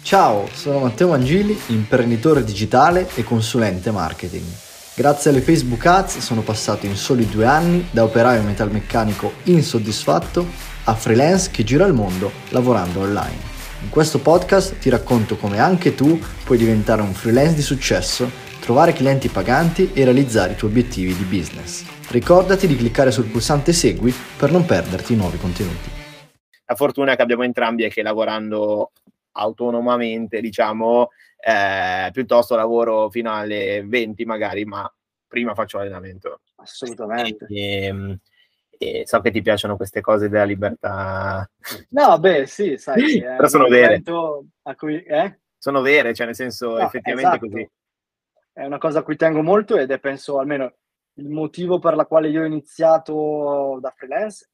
Ciao, sono Matteo Mangili, imprenditore digitale e consulente marketing. Grazie alle Facebook Ads sono passato in soli 2 anni da operaio metalmeccanico insoddisfatto a freelance che gira il mondo lavorando online. In questo podcast ti racconto come anche tu puoi diventare un freelance di successo, trovare clienti paganti e realizzare i tuoi obiettivi di business. Ricordati di cliccare sul pulsante segui per non perderti i nuovi contenuti. La fortuna che abbiamo entrambi è che lavorando autonomamente, diciamo, piuttosto lavoro fino alle 20 magari, ma prima faccio allenamento. Assolutamente. E so che ti piacciono queste cose della libertà. No, beh, sì, sai, è però sono un vere. argomento a cui... Sono vere, cioè nel senso, No, effettivamente esatto. così. È una cosa a cui tengo molto ed è, penso, almeno il motivo per la quale io ho iniziato da freelance,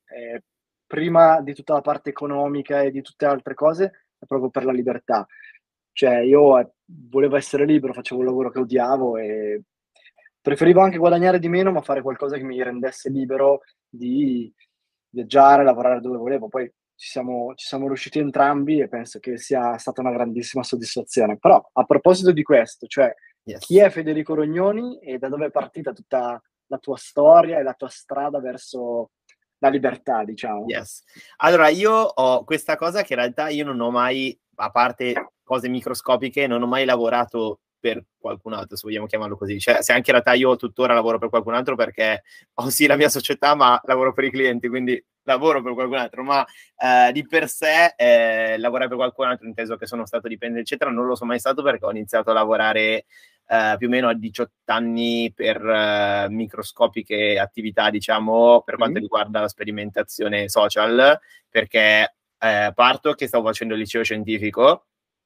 prima di tutta la parte economica e di tutte le altre cose, è proprio per la libertà. Cioè, io volevo essere libero, facevo un lavoro che odiavo e preferivo anche guadagnare di meno, ma fare qualcosa che mi rendesse libero di viaggiare, lavorare dove volevo. Poi ci siamo riusciti entrambi e penso che sia stata una grandissima soddisfazione. Però, a proposito di questo, cioè, Yes. chi è Federico Rognoni e da dove è partita tutta la tua storia e la tua strada verso la libertà, diciamo? Yes. Allora, io ho questa cosa che in realtà io non ho mai, a parte cose microscopiche, non ho mai lavorato per qualcun altro, se vogliamo chiamarlo così. Cioè, se anche in realtà io tuttora lavoro per qualcun altro perché ho sì la mia società, ma lavoro per i clienti, quindi lavoro per qualcun altro, ma di per sé lavorare per qualcun altro, inteso che sono stato dipendente, eccetera, non lo sono mai stato perché ho iniziato a lavorare più o meno a 18 anni per microscopiche attività, diciamo, per quanto riguarda la sperimentazione social, perché parto che stavo facendo il liceo scientifico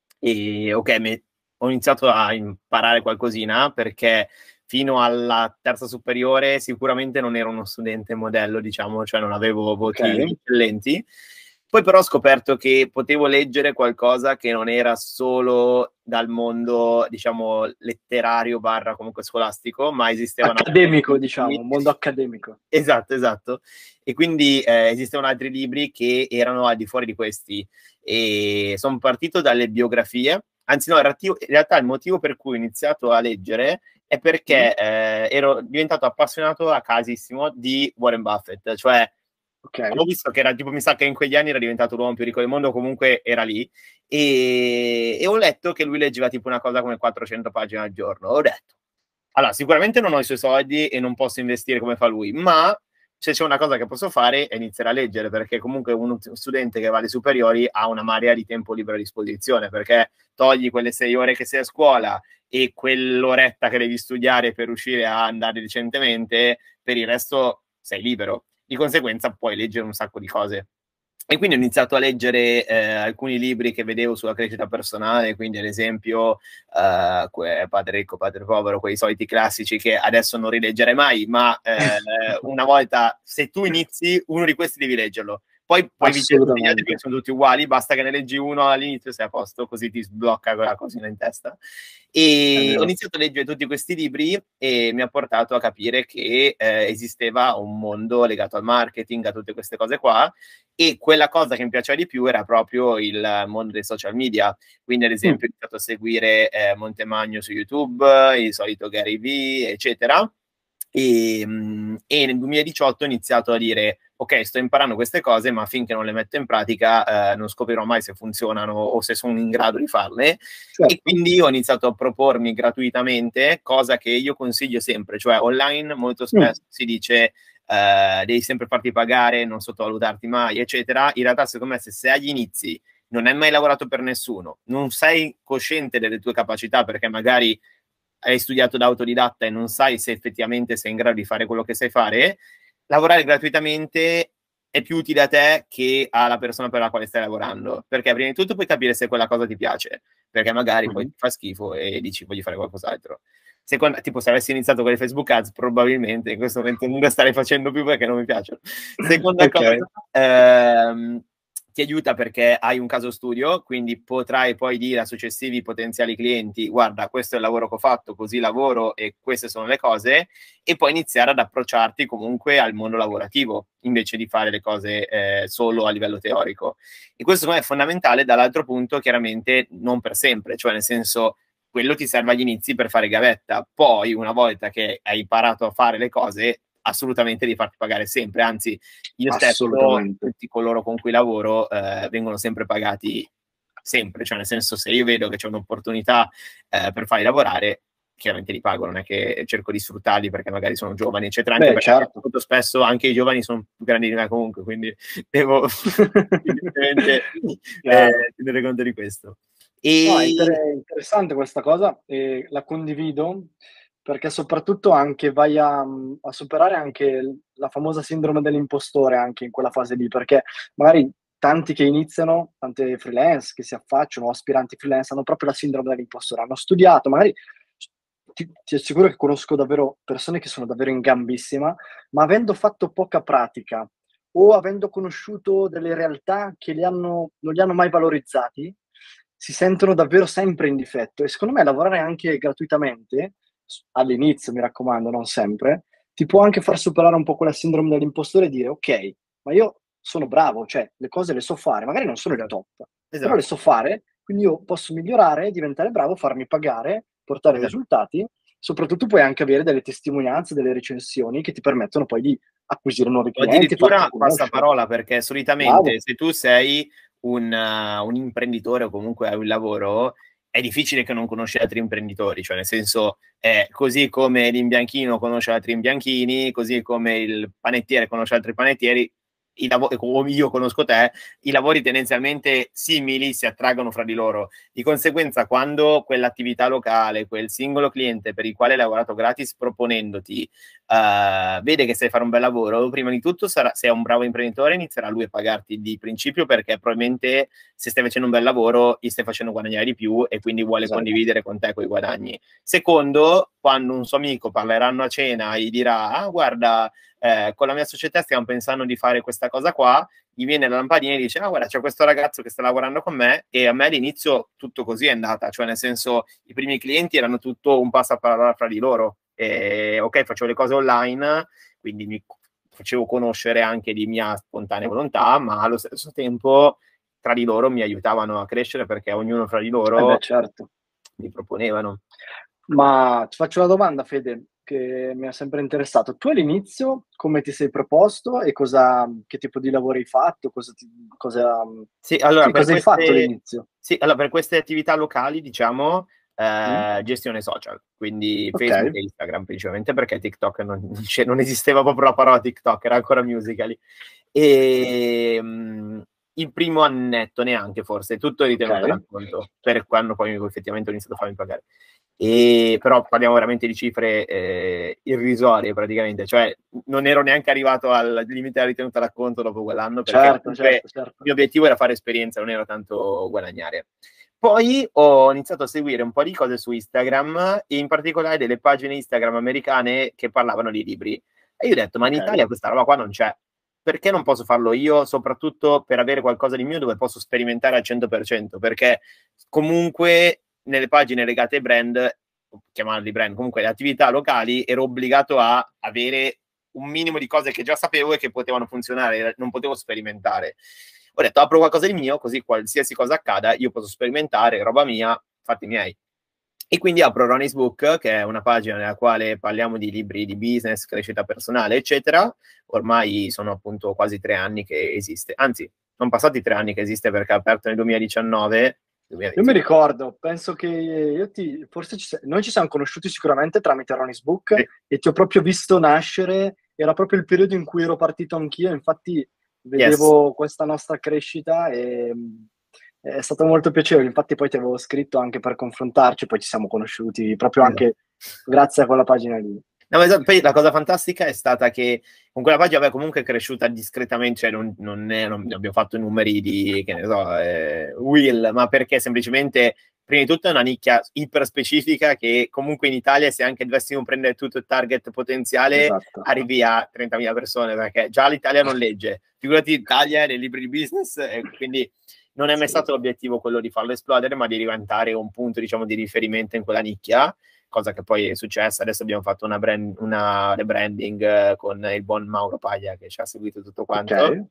e ho iniziato a imparare qualcosina perché fino alla terza superiore sicuramente non ero uno studente modello, diciamo, cioè non avevo voti eccellenti. Poi però ho scoperto che potevo leggere qualcosa che non era solo dal mondo, diciamo, letterario / comunque scolastico, ma esistevano accademico, diciamo, un mondo accademico. Esatto. E quindi esistevano altri libri che erano al di fuori di questi. E sono partito dalle biografie. Anzi, no, in realtà il motivo per cui ho iniziato a leggere è perché ero diventato appassionato a casissimo di Warren Buffett, cioè ho visto che era tipo, mi sa che in quegli anni era diventato l'uomo più ricco del mondo, comunque era lì, e ho letto che lui leggeva tipo una cosa come 400 pagine al giorno. Ho detto, allora, sicuramente non ho i suoi soldi e non posso investire come fa lui, ma se c'è una cosa che posso fare è iniziare a leggere, perché comunque uno studente che va alle superiori ha una marea di tempo libero a disposizione, perché togli quelle 6 ore che sei a scuola e quell'oretta che devi studiare per riuscire a andare decentemente, per il resto sei libero. Di conseguenza puoi leggere un sacco di cose. E quindi ho iniziato a leggere alcuni libri che vedevo sulla crescita personale, quindi ad esempio Padre ricco, padre povero, quei soliti classici che adesso non rileggerei mai, ma una volta, se tu inizi, uno di questi devi leggerlo. Poi puoi vincere tutti gli altri perché sono tutti uguali, basta che ne leggi uno all'inizio e sei a posto, così ti sblocca quella cosina in testa. E ho iniziato a leggere tutti questi libri e mi ha portato a capire che esisteva un mondo legato al marketing, a tutte queste cose qua, e quella cosa che mi piaceva di più era proprio il mondo dei social media. Quindi ad esempio ho iniziato a seguire Montemagno su YouTube, il solito Gary Vee, eccetera, e nel 2018 ho iniziato a dire ok, sto imparando queste cose, ma finché non le metto in pratica non scoprirò mai se funzionano o se sono in grado di farle. E quindi ho iniziato a propormi gratuitamente, cosa che io consiglio sempre, cioè online molto spesso si dice devi sempre farti pagare, non sottovalutarti mai, eccetera. In realtà secondo me se agli inizi non hai mai lavorato per nessuno, non sei cosciente delle tue capacità perché magari hai studiato da autodidatta e non sai se effettivamente sei in grado di fare quello che sai fare, lavorare gratuitamente è più utile a te che alla persona per la quale stai lavorando, perché prima di tutto puoi capire se quella cosa ti piace, perché magari poi ti fa schifo e dici voglio fare qualcos'altro. Seconda, tipo se avessi iniziato con le Facebook Ads probabilmente in questo momento non le starei facendo più perché non mi piacciono. Seconda cosa, ti aiuta perché hai un caso studio, quindi potrai poi dire a successivi potenziali clienti: guarda, questo è il lavoro che ho fatto, così lavoro e queste sono le cose, e poi iniziare ad approcciarti comunque al mondo lavorativo invece di fare le cose solo a livello teorico. E questo è fondamentale. Dall'altro punto, chiaramente non per sempre, cioè nel senso, quello ti serve agli inizi per fare gavetta, poi una volta che hai imparato a fare le cose, assolutamente di farti pagare sempre. Anzi, io stesso, tutti coloro con cui lavoro vengono sempre pagati sempre, cioè nel senso, se io vedo che c'è un'opportunità per farli lavorare, chiaramente li pago, non è che cerco di sfruttarli perché magari sono giovani, eccetera. Anche perché certo, molto spesso anche i giovani sono più grandi di me comunque, quindi devo evidentemente tenere conto di questo. No, è interessante questa cosa e la condivido, perché soprattutto anche vai a superare anche la famosa sindrome dell'impostore anche in quella fase lì, perché magari tanti che iniziano, tante freelance che si affacciano, o aspiranti freelance, hanno proprio la sindrome dell'impostore. Hanno studiato, magari ti assicuro che conosco davvero persone che sono davvero in gambissima, ma avendo fatto poca pratica o avendo conosciuto delle realtà che non li hanno mai valorizzati, si sentono davvero sempre in difetto. E secondo me lavorare anche gratuitamente, all'inizio mi raccomando, non sempre, ti può anche far superare un po' quella sindrome dell'impostore e dire: ok, ma io sono bravo, cioè le cose le so fare, magari non sono il top, però le so fare, quindi io posso migliorare, diventare bravo, farmi pagare, portare risultati. Soprattutto puoi anche avere delle testimonianze, delle recensioni che ti permettono poi di acquisire nuovi O clienti, addirittura passaparola, perché solitamente se tu sei un imprenditore o comunque hai un lavoro, è difficile che non conosci altri imprenditori, cioè nel senso, così come l'imbianchino conosce altri imbianchini, così come il panettiere conosce altri panettieri, come io conosco te, i lavori tendenzialmente simili si attraggono fra di loro. Di conseguenza, quando quell'attività locale, quel singolo cliente per il quale hai lavorato gratis proponendoti, vede che sai fare un bel lavoro, prima di tutto se è un bravo imprenditore inizierà lui a pagarti di principio, perché probabilmente se stai facendo un bel lavoro gli stai facendo guadagnare di più e quindi vuole condividere con te quei guadagni. Secondo, quando un suo amico parleranno a cena e gli dirà: ah, guarda, con la mia società stiamo pensando di fare questa cosa qua, gli viene la lampadina e dice: ah, guarda, c'è questo ragazzo che sta lavorando con me. E a me all'inizio tutto così è andata, cioè nel senso, i primi clienti erano tutto un passaparola fra di loro. Ok, facevo le cose online, quindi mi facevo conoscere anche di mia spontanea volontà, ma allo stesso tempo tra di loro mi aiutavano a crescere, perché ognuno fra di loro mi proponevano. Ma ti faccio una domanda, Fede, che mi ha sempre interessato. Tu all'inizio come ti sei proposto e che tipo di lavoro hai fatto? Cosa hai fatto all'inizio? Sì, allora, per queste attività locali, diciamo, gestione social, quindi Facebook e Instagram principalmente, perché TikTok non esisteva proprio la parola TikTok, era ancora Musical.ly. E il primo annetto neanche, forse, tutto ritenuto da racconto, per quando poi effettivamente ho iniziato a farmi pagare. Però parliamo veramente di cifre irrisorie praticamente, cioè non ero neanche arrivato al limite della ritenuta d'acconto dopo quell'anno, perché il mio obiettivo era fare esperienza, non era tanto guadagnare. Poi ho iniziato a seguire un po' di cose su Instagram, e in particolare delle pagine Instagram americane che parlavano di libri, e io ho detto: ma in Italia questa roba qua non c'è, perché non posso farlo io, soprattutto per avere qualcosa di mio dove posso sperimentare al 100%, perché comunque nelle pagine legate ai brand, chiamarli brand, comunque le attività locali, ero obbligato a avere un minimo di cose che già sapevo e che potevano funzionare, non potevo sperimentare. Ho detto: apro qualcosa di mio, così qualsiasi cosa accada io posso sperimentare, roba mia, fatti miei. E quindi apro Ronnie's Book, che è una pagina nella quale parliamo di libri di business, crescita personale, eccetera. Ormai sono appunto quasi 3 anni che esiste, anzi sono passati 3 anni che esiste, perché è aperto nel 2019. Io mi ricordo, penso che noi ci siamo conosciuti sicuramente tramite Ronnie's Book, e ti ho proprio visto nascere, era proprio il periodo in cui ero partito anch'io, infatti vedevo questa nostra crescita e è stato molto piacevole. Infatti poi ti avevo scritto anche per confrontarci, poi ci siamo conosciuti proprio anche grazie a quella pagina lì. No, poi la cosa fantastica è stata che con quella pagina comunque è cresciuta discretamente, cioè non abbiamo fatto numeri di, che ne so, Will, ma perché semplicemente prima di tutto è una nicchia iper specifica che comunque in Italia, se anche dovessimo prendere tutto il target potenziale, Esatto. arrivi a 30.000 persone, perché già l'Italia non legge, figurati l'Italia nei libri di business, e quindi non è mai stato l'obiettivo quello di farlo esplodere, ma di diventare un punto, diciamo, di riferimento in quella nicchia, cosa che poi è successa. Adesso abbiamo fatto una rebranding con il buon Mauro Paglia che ci ha seguito tutto quanto. Ok.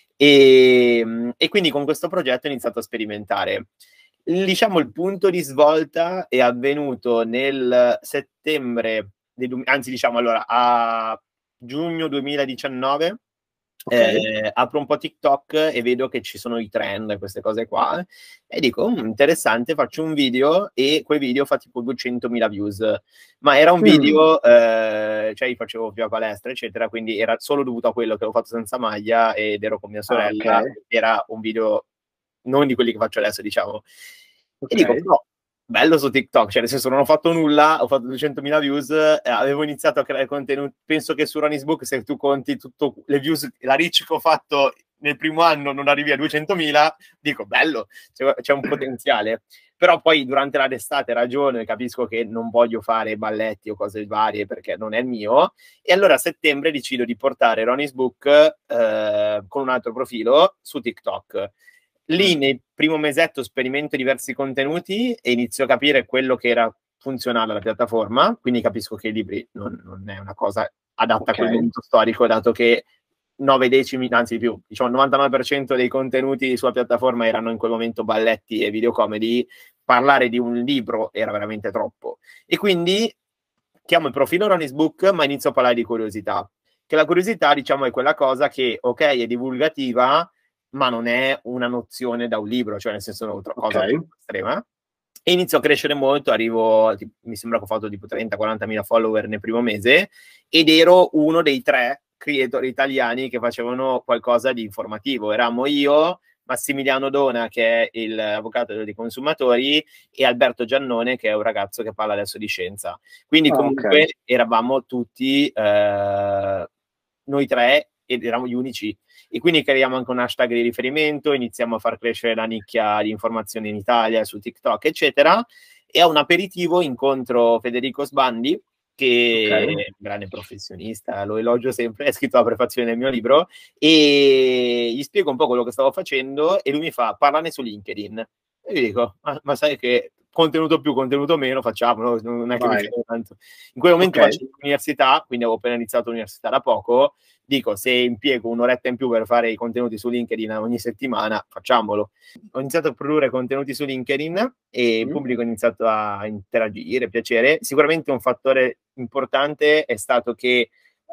E quindi con questo progetto ho iniziato a sperimentare. Diciamo il punto di svolta è avvenuto nel settembre, anzi diciamo allora a giugno 2019. Apro un po' TikTok e vedo che ci sono i trend, queste cose qua, e dico interessante, faccio un video, e quel video fa tipo 200.000 views, ma era un video cioè io facevo più a palestra eccetera, quindi era solo dovuto a quello che avevo fatto senza maglia ed ero con mia sorella. Era un video non di quelli che faccio adesso, diciamo, e dico no, bello su TikTok, cioè nel senso non ho fatto nulla, ho fatto 200.000 views, avevo iniziato a creare contenuti, penso che su Runisbook, se tu conti tutto le views, la reach che ho fatto nel primo anno non arrivi a 200.000, dico bello, c'è un potenziale. Però poi durante l'estate ragiono e capisco che non voglio fare balletti o cose varie perché non è il mio, e allora a settembre decido di portare Runisbook con un altro profilo su TikTok. Lì nel primo mesetto sperimento diversi contenuti e inizio a capire quello che era funzionale alla piattaforma, quindi capisco che i libri non è una cosa adatta a quel momento storico, dato che 9 decimi, anzi di più, diciamo il 99% dei contenuti sulla piattaforma erano in quel momento balletti e videocomedy. Parlare di un libro era veramente troppo, e quindi chiamo il profilo Runisbook, ma inizio a parlare di curiosità, che la curiosità, diciamo, è quella cosa che ok è divulgativa, ma non è una nozione da un libro, cioè nel senso una cosa estrema. E inizio a crescere molto, arrivo, mi sembra che ho fatto tipo 30-40.000 follower nel primo mese, ed ero uno dei 3 creator italiani che facevano qualcosa di informativo. Eravamo io, Massimiliano Dona, che è l'avvocato dei consumatori, e Alberto Giannone, che è un ragazzo che parla adesso di scienza. Quindi comunque eravamo tutti noi 3 ed eravamo gli unici. E quindi creiamo anche un hashtag di riferimento, iniziamo a far crescere la nicchia di informazioni in Italia, su TikTok, eccetera. E a un aperitivo incontro Federico Sbandi, che è un grande professionista, lo elogio sempre, è scritto la prefazione del mio libro, e gli spiego un po' quello che stavo facendo e lui mi fa: parlane su LinkedIn. E io dico, ma sai che contenuto più, contenuto meno, facciamolo, non è che mi frega tanto. In quel momento faccio l'università, quindi avevo appena iniziato l'università da poco, dico, se impiego un'oretta in più per fare i contenuti su LinkedIn ogni settimana, facciamolo. Ho iniziato a produrre contenuti su LinkedIn e il pubblico ha iniziato a interagire, piacere. Sicuramente un fattore importante è stato che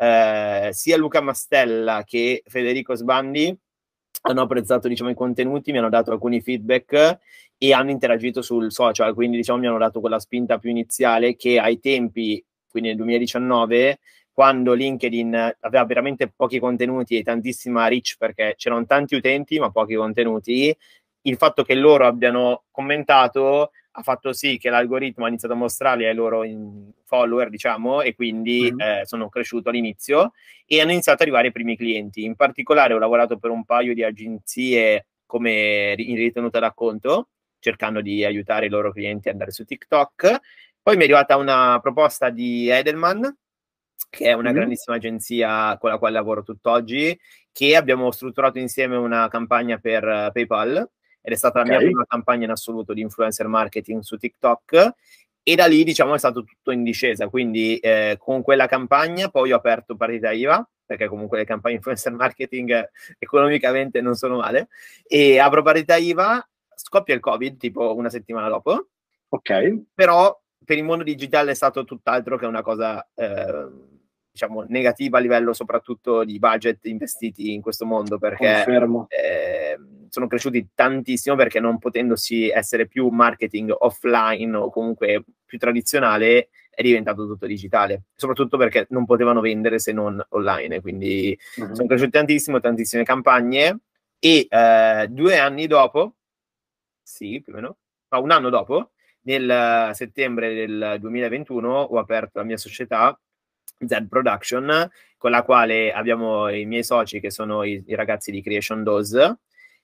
sia Luca Mastella che Federico Sbandi hanno apprezzato, diciamo, i contenuti, mi hanno dato alcuni feedback e hanno interagito sul social, quindi diciamo mi hanno dato quella spinta più iniziale che ai tempi, quindi nel 2019, quando LinkedIn aveva veramente pochi contenuti e tantissima reach, perché c'erano tanti utenti ma pochi contenuti, il fatto che loro abbiano commentato ha fatto sì che l'algoritmo ha iniziato a mostrarli ai loro follower, diciamo, e quindi sono cresciuto all'inizio e hanno iniziato ad arrivare i primi clienti. In particolare ho lavorato per un paio di agenzie come in ritenuta d'acconto, cercando di aiutare i loro clienti ad andare su TikTok. Poi mi è arrivata una proposta di Edelman, che è una grandissima agenzia con la quale lavoro tutt'oggi, che abbiamo strutturato insieme una campagna per PayPal, ed è stata la mia prima campagna in assoluto di influencer marketing su TikTok, e da lì, diciamo, è stato tutto in discesa. Quindi con quella campagna poi ho aperto partita IVA, perché comunque le campagne influencer marketing economicamente non sono male, e apro partita IVA, scoppia il Covid tipo una settimana dopo, però per il mondo digitale è stato tutt'altro che una cosa diciamo negativa a livello soprattutto di budget investiti in questo mondo, perché sono cresciuti tantissimo, perché non potendosi essere più marketing offline o comunque più tradizionale è diventato tutto digitale, soprattutto perché non potevano vendere se non online, quindi sono cresciuti tantissimo, tantissime campagne, e 2 anni dopo, sì più o meno, ma un anno dopo, nel settembre del 2021 ho aperto la mia società Z Production, con la quale abbiamo i miei soci che sono i ragazzi di Creation Dose,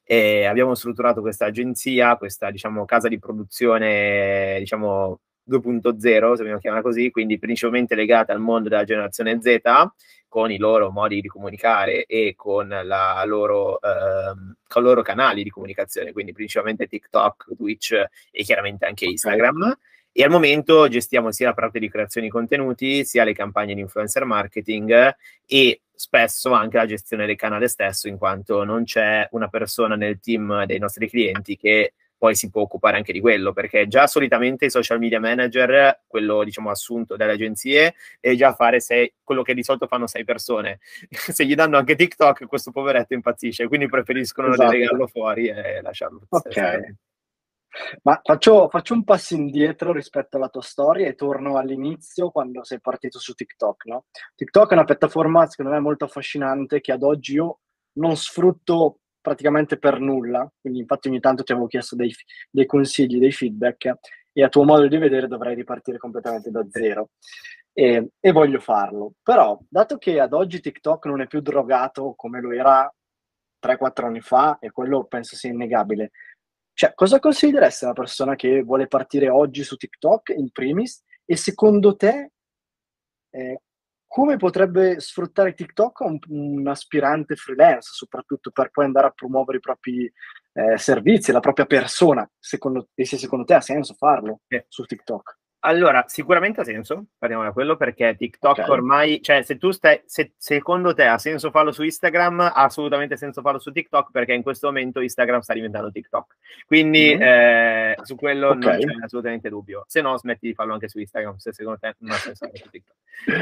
E abbiamo strutturato questa agenzia, questa, diciamo, casa di produzione, diciamo, 2.0, se vogliamo chiamarla così, quindi principalmente legata al mondo della generazione Z, con i loro modi di comunicare e con con i loro canali di comunicazione, quindi principalmente TikTok, Twitch e chiaramente anche Instagram. E al momento gestiamo sia la parte di creazione di contenuti, sia le campagne di influencer marketing e spesso anche la gestione del canale stesso, in quanto non c'è una persona nel team dei nostri clienti che poi si può occupare anche di quello, perché già solitamente i social media manager, quello diciamo assunto dalle agenzie, è già fare quello che di solito fanno 6 persone. Se gli danno anche TikTok, questo poveretto impazzisce, quindi preferiscono delegarlo fuori e lasciarlo Ok. Ma faccio un passo indietro rispetto alla tua storia e torno all'inizio quando sei partito su TikTok, no? TikTok è una piattaforma, secondo me, molto affascinante che ad oggi io non sfrutto praticamente per nulla, quindi infatti ogni tanto ti avevo chiesto dei consigli, dei feedback e a tuo modo di vedere dovrei ripartire completamente da zero e voglio farlo. Però, dato che ad oggi TikTok non è più drogato come lo era 3-4 anni fa e quello penso sia innegabile, cioè, cosa consiglieresti a una persona che vuole partire oggi su TikTok in primis? E secondo te, eh, come potrebbe sfruttare TikTok un aspirante freelance, soprattutto per poi andare a promuovere i propri servizi, la propria persona? E se secondo te ha senso farlo Sì. su TikTok? Allora, sicuramente ha senso, parliamo da quello, perché TikTok Ok. ormai, cioè se secondo te ha senso farlo su Instagram, ha assolutamente senso farlo su TikTok, perché in questo momento Instagram sta diventando TikTok. Quindi Mhm. su quello Ok. non c'è assolutamente dubbio. Se no, smetti di farlo anche su Instagram, se secondo te non ha senso farlo su TikTok.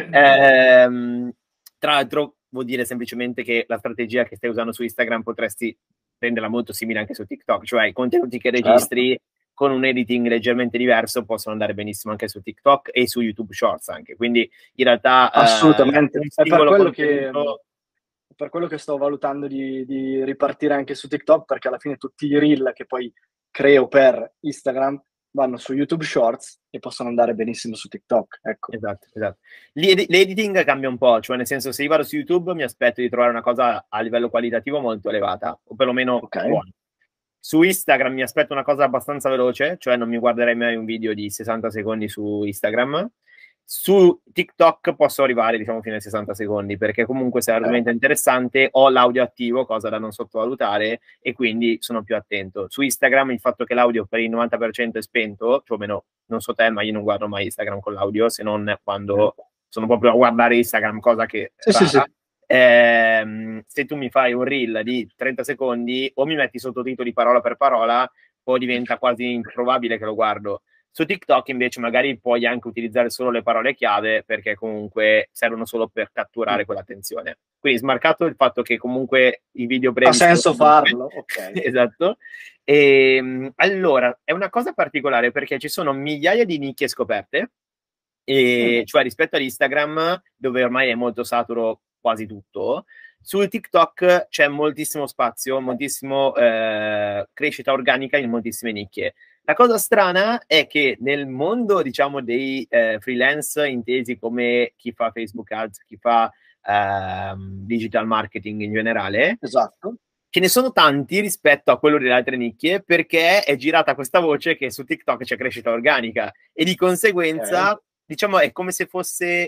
Tra l'altro vuol dire semplicemente che la strategia che stai usando su Instagram potresti renderla molto simile anche su TikTok, cioè i contenuti che Certo. registri con un editing leggermente diverso possono andare benissimo anche su TikTok e su YouTube Shorts anche, quindi in realtà Assolutamente. un È per singolo quello contenuto. per quello che sto valutando di ripartire anche su TikTok, perché alla fine tutti i reel che poi creo per Instagram vanno su YouTube Shorts e possono andare benissimo su TikTok, ecco. Esatto, esatto. L'editing cambia un po', cioè nel senso se io vado su YouTube mi aspetto di trovare una cosa a livello qualitativo molto elevata, o perlomeno Ok? buona. Su Instagram mi aspetto una cosa abbastanza veloce, cioè non mi guarderei mai un video di 60 secondi su Instagram. Su TikTok posso arrivare, diciamo, fino ai 60 secondi, perché comunque se l'argomento è interessante, ho l'audio attivo, cosa da non sottovalutare, e quindi sono più attento. Su Instagram il fatto che l'audio per il 90% è spento, più o meno, non so te, ma io non guardo mai Instagram con l'audio, se non quando sono proprio a guardare Instagram, cosa che è Sì, sì, sì. rara. Se tu mi fai un reel di 30 secondi o mi metti sottotitoli parola per parola o diventa quasi improbabile che lo guardo. Su TikTok invece magari puoi anche utilizzare solo le parole chiave perché comunque servono solo per catturare quell'attenzione. Quindi smarcato il fatto che comunque i video Ha brevi sono senso farlo? Ok. esatto. Allora, è una cosa particolare perché ci sono migliaia di nicchie scoperte e cioè rispetto ad Instagram, dove ormai è molto saturo quasi tutto, su TikTok c'è moltissimo spazio, moltissimo crescita organica in moltissime nicchie. La cosa strana è che nel mondo, diciamo, dei freelance intesi come chi fa Facebook Ads, chi fa digital marketing in generale, Esatto. ce ne sono tanti rispetto a quello delle altre nicchie perché è girata questa voce che su TikTok c'è crescita organica e di Ok. conseguenza diciamo è come se fosse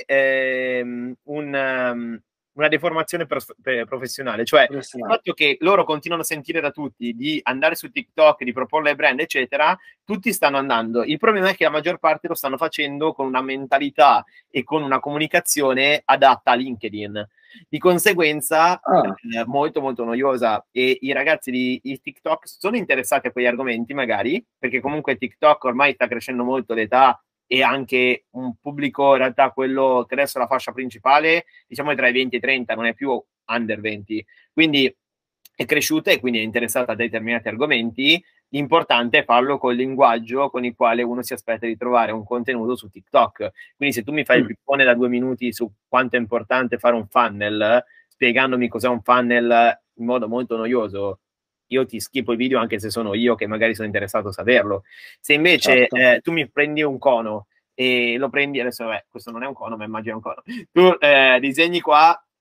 una deformazione professionale, cioè il Professionale. fatto che loro continuano a sentire da tutti di andare su TikTok, di proporle ai brand eccetera, tutti stanno andando. Il problema è che la maggior parte lo stanno facendo con una mentalità e con una comunicazione adatta a LinkedIn. Di conseguenza Ah, molto molto noiosa e i ragazzi di TikTok sono interessati a quegli argomenti magari perché comunque TikTok ormai sta crescendo molto l'età e anche un pubblico in realtà quello che adesso è la fascia principale diciamo è tra i 20 e i 30, non è più under 20, quindi è cresciuta e quindi è interessata a determinati argomenti. L'importante è farlo col linguaggio con il quale uno si aspetta di trovare un contenuto su TikTok. Quindi se tu mi fai il pippone da 2 minuti su quanto è importante fare un funnel, spiegandomi cos'è un funnel in modo molto noioso, io ti schippo il video anche se sono io che magari sono interessato a saperlo. Se invece certo. tu mi prendi un cono e lo prendi, adesso questo non è un cono, ma immagino un cono, tu disegni qua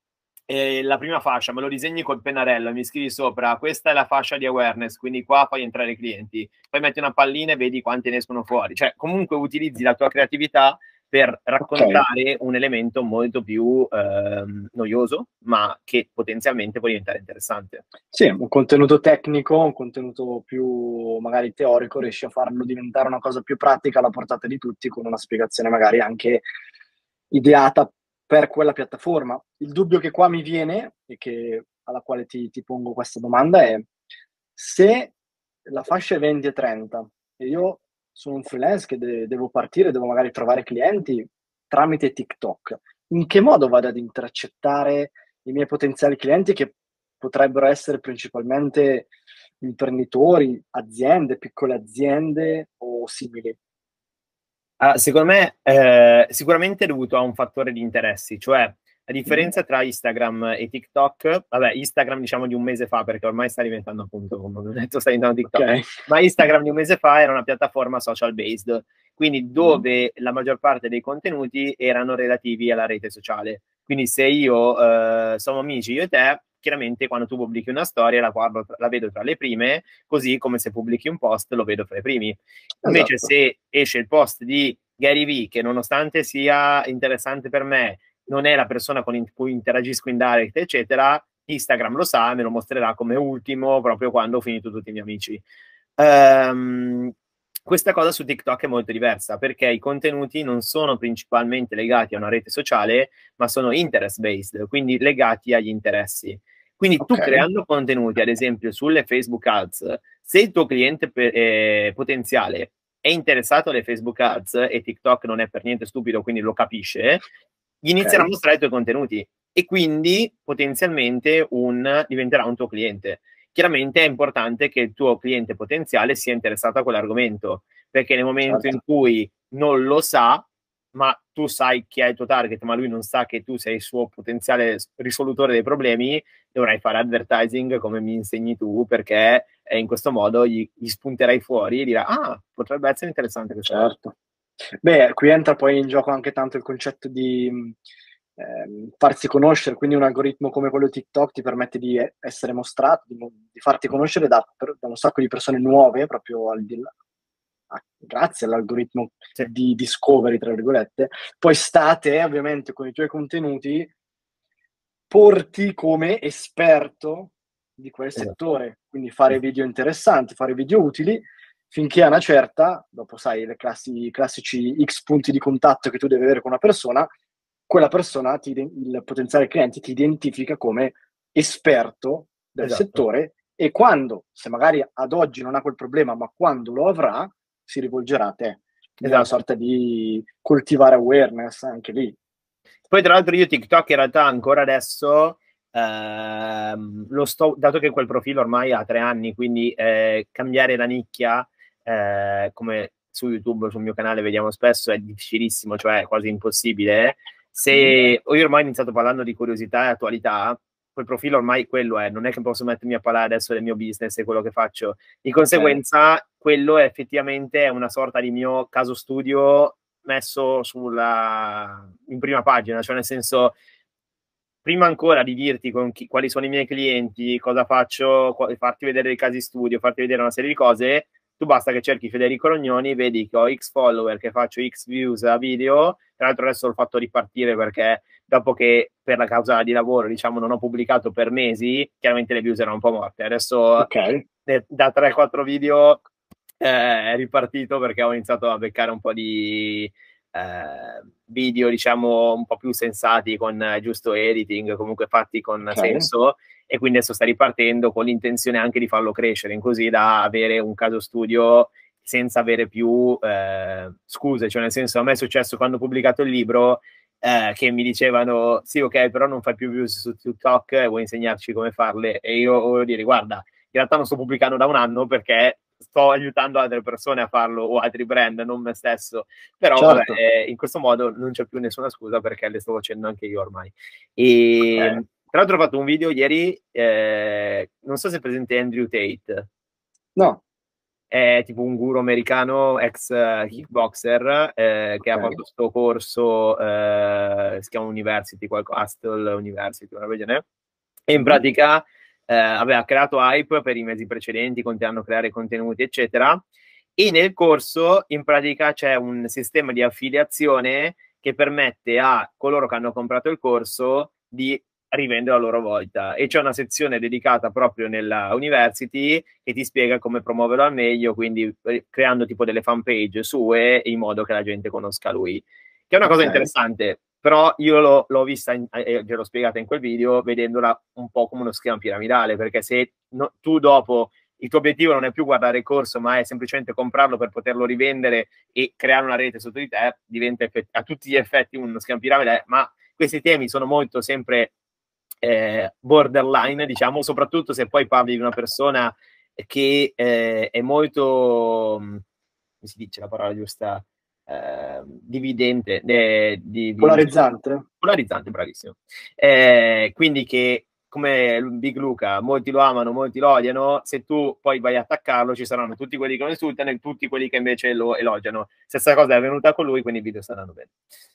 la prima fascia, me lo disegni col pennarello, mi scrivi sopra, questa è la fascia di awareness, quindi qua fai entrare i clienti, poi metti una pallina e vedi quanti ne escono fuori, cioè comunque utilizzi la tua creatività per raccontare un elemento molto più noioso, ma che potenzialmente può diventare interessante. Sì, un contenuto tecnico, un contenuto più magari teorico, riesci a farlo diventare una cosa più pratica alla portata di tutti, con una spiegazione magari anche ideata per quella piattaforma. Il dubbio che qua mi viene, e alla quale ti pongo questa domanda, è: se la fascia è 20 e 30 e io sono un freelance che devo partire, devo magari trovare clienti tramite TikTok, in che modo vado ad intercettare i miei potenziali clienti, che potrebbero essere principalmente imprenditori, aziende, piccole aziende o simili? Secondo me, sicuramente è dovuto a un fattore di interessi, cioè la differenza tra Instagram e TikTok, vabbè, Instagram diciamo di un mese fa, perché ormai sta diventando, appunto, come ho detto, sta diventando TikTok, Okay. ma Instagram di un mese fa era una piattaforma social based, quindi dove la maggior parte dei contenuti erano relativi alla rete sociale. Quindi se io siamo amici, io e te, chiaramente quando tu pubblichi una storia la guardo, la vedo tra le prime, così come se pubblichi un post lo vedo tra i primi. Invece Esatto. se esce il post di Gary Vee, che nonostante sia interessante per me, non è la persona con cui interagisco in direct, eccetera, Instagram lo sa, me lo mostrerà come ultimo proprio quando ho finito tutti i miei amici. Questa cosa su TikTok è molto diversa, perché i contenuti non sono principalmente legati a una rete sociale, ma sono interest based, quindi legati agli interessi. Quindi tu, Okay. creando contenuti, ad esempio sulle Facebook Ads, se il tuo cliente potenziale è interessato alle Facebook Ads e TikTok non è per niente stupido, quindi lo capisce, gli inizierà a Okay. mostrare i tuoi contenuti e quindi potenzialmente diventerà un tuo cliente. Chiaramente è importante che il tuo cliente potenziale sia interessato a quell'argomento, perché nel momento in Certo. cui non lo sa, ma tu sai chi è il tuo target, ma lui non sa che tu sei il suo potenziale risolutore dei problemi, dovrai fare advertising come mi insegni tu, perché in questo modo gli spunterai fuori e dirà: ah, potrebbe essere interessante questa cosa. Certo. Beh, qui entra poi in gioco anche tanto il concetto di farsi conoscere, quindi un algoritmo come quello di TikTok ti permette di essere mostrato, di farti conoscere da un sacco di persone nuove, proprio grazie all'algoritmo Sì, di "discovery", tra virgolette. Poi sta a te, ovviamente, con i tuoi contenuti, porti come esperto di quel esatto. settore, quindi fare video interessanti, fare video utili, finché a una certa, dopo sai i classici X punti di contatto che tu devi avere con una persona, quella persona il potenziale cliente ti identifica come esperto del Esatto. settore, e quando, se magari ad oggi non ha quel problema, ma quando lo avrà, si rivolgerà a te. Quindi è una Esatto. sorta di coltivare awareness anche lì. Poi tra l'altro io TikTok in realtà ancora adesso dato che quel profilo ormai ha 3 anni, quindi cambiare la nicchia, come su YouTube, sul mio canale vediamo spesso, è difficilissimo, cioè è quasi impossibile. Se io ormai ho iniziato parlando di curiosità e attualità, quel profilo ormai quello è, non è che posso mettermi a parlare adesso del mio business e quello che faccio. Di conseguenza, quello è effettivamente una sorta di mio caso studio messo in prima pagina, cioè nel senso, prima ancora di dirti quali sono i miei clienti, cosa faccio, farti vedere dei casi studio, farti vedere una serie di cose, tu basta che cerchi Federico Rognoni, vedi che ho X follower, che faccio X views a video. Tra l'altro adesso l'ho fatto ripartire perché dopo che per la causa di lavoro, diciamo, non ho pubblicato per mesi, chiaramente le views erano un po' morte. Adesso Okay. da 3-4 video è ripartito perché ho iniziato a beccare un po' di video, diciamo, un po' più sensati, con giusto editing, comunque fatti con Okay. senso, e quindi adesso sta ripartendo con l'intenzione anche di farlo crescere, in così da avere un caso studio senza avere più scuse. Cioè nel senso, a me è successo quando ho pubblicato il libro, che mi dicevano: sì, ok, però non fai più views su TikTok, vuoi insegnarci come farle? E io voglio dire: guarda, in realtà non sto pubblicando da un anno perché sto aiutando altre persone a farlo, o altri brand, non me stesso. Però vabbè, Certo. in questo modo non c'è più nessuna scusa, perché le sto facendo anche io ormai. E Okay. tra l'altro ho fatto un video ieri, non so se è presente Andrew Tate. No. è tipo un guru americano, ex kickboxer, che ha fatto questo corso, si chiama University, Hustle University, una roba del genere. E in pratica aveva creato hype per i mesi precedenti, continuando a creare contenuti, eccetera. E nel corso, in pratica, c'è un sistema di affiliazione che permette a coloro che hanno comprato il corso di rivendere a loro volta. E c'è una sezione dedicata proprio nella University che ti spiega come promuoverlo al meglio, quindi creando tipo delle fan page sue in modo che la gente conosca lui. Che è una cosa interessante, però io l'ho vista, l'ho spiegata in quel video, vedendola un po' come uno schema piramidale, perché se tu dopo il tuo obiettivo non è più guardare il corso, ma è semplicemente comprarlo per poterlo rivendere e creare una rete sotto di te, diventa a tutti gli effetti uno schema piramidale, ma questi temi sono molto sempre borderline, diciamo, soprattutto se poi parli di una persona che è molto, come si dice la parola giusta? Dividente, polarizzante. Polarizzante, bravissimo. Quindi che come Big Luca, molti lo amano, molti lo odiano, se tu poi vai a attaccarlo ci saranno tutti quelli che lo insultano e tutti quelli che invece lo elogiano. Stessa cosa è avvenuta con lui, quindi i video saranno bene.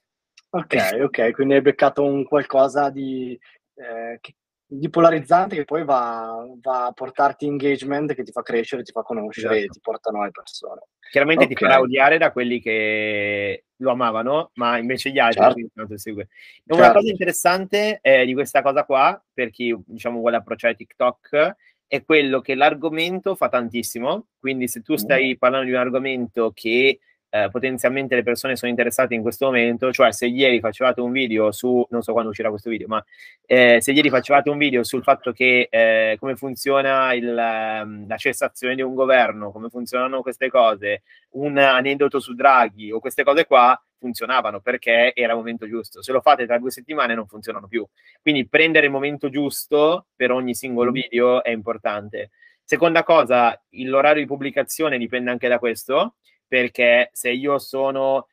Ok, quindi hai beccato un qualcosa di polarizzante che poi va a portarti engagement, che ti fa crescere, ti fa conoscere, esatto, e ti porta nuove persone. Chiaramente ti farà odiare da quelli che lo amavano, ma invece gli altri non ti seguono. Una cosa interessante di questa cosa qua, per chi diciamo vuole approcciare TikTok, è quello che l'argomento fa tantissimo. Quindi se tu stai parlando di un argomento che potenzialmente le persone sono interessate in questo momento, cioè se ieri facevate un video su, non so quando uscirà questo video, ma se ieri facevate un video sul fatto che come funziona la cessazione di un governo, come funzionano queste cose, un aneddoto su Draghi o queste cose qua, funzionavano perché era il momento giusto. Se lo fate tra 2 settimane non funzionano più. Quindi prendere il momento giusto per ogni singolo video è importante. Seconda cosa, l'orario di pubblicazione dipende anche da questo, perché se io sono,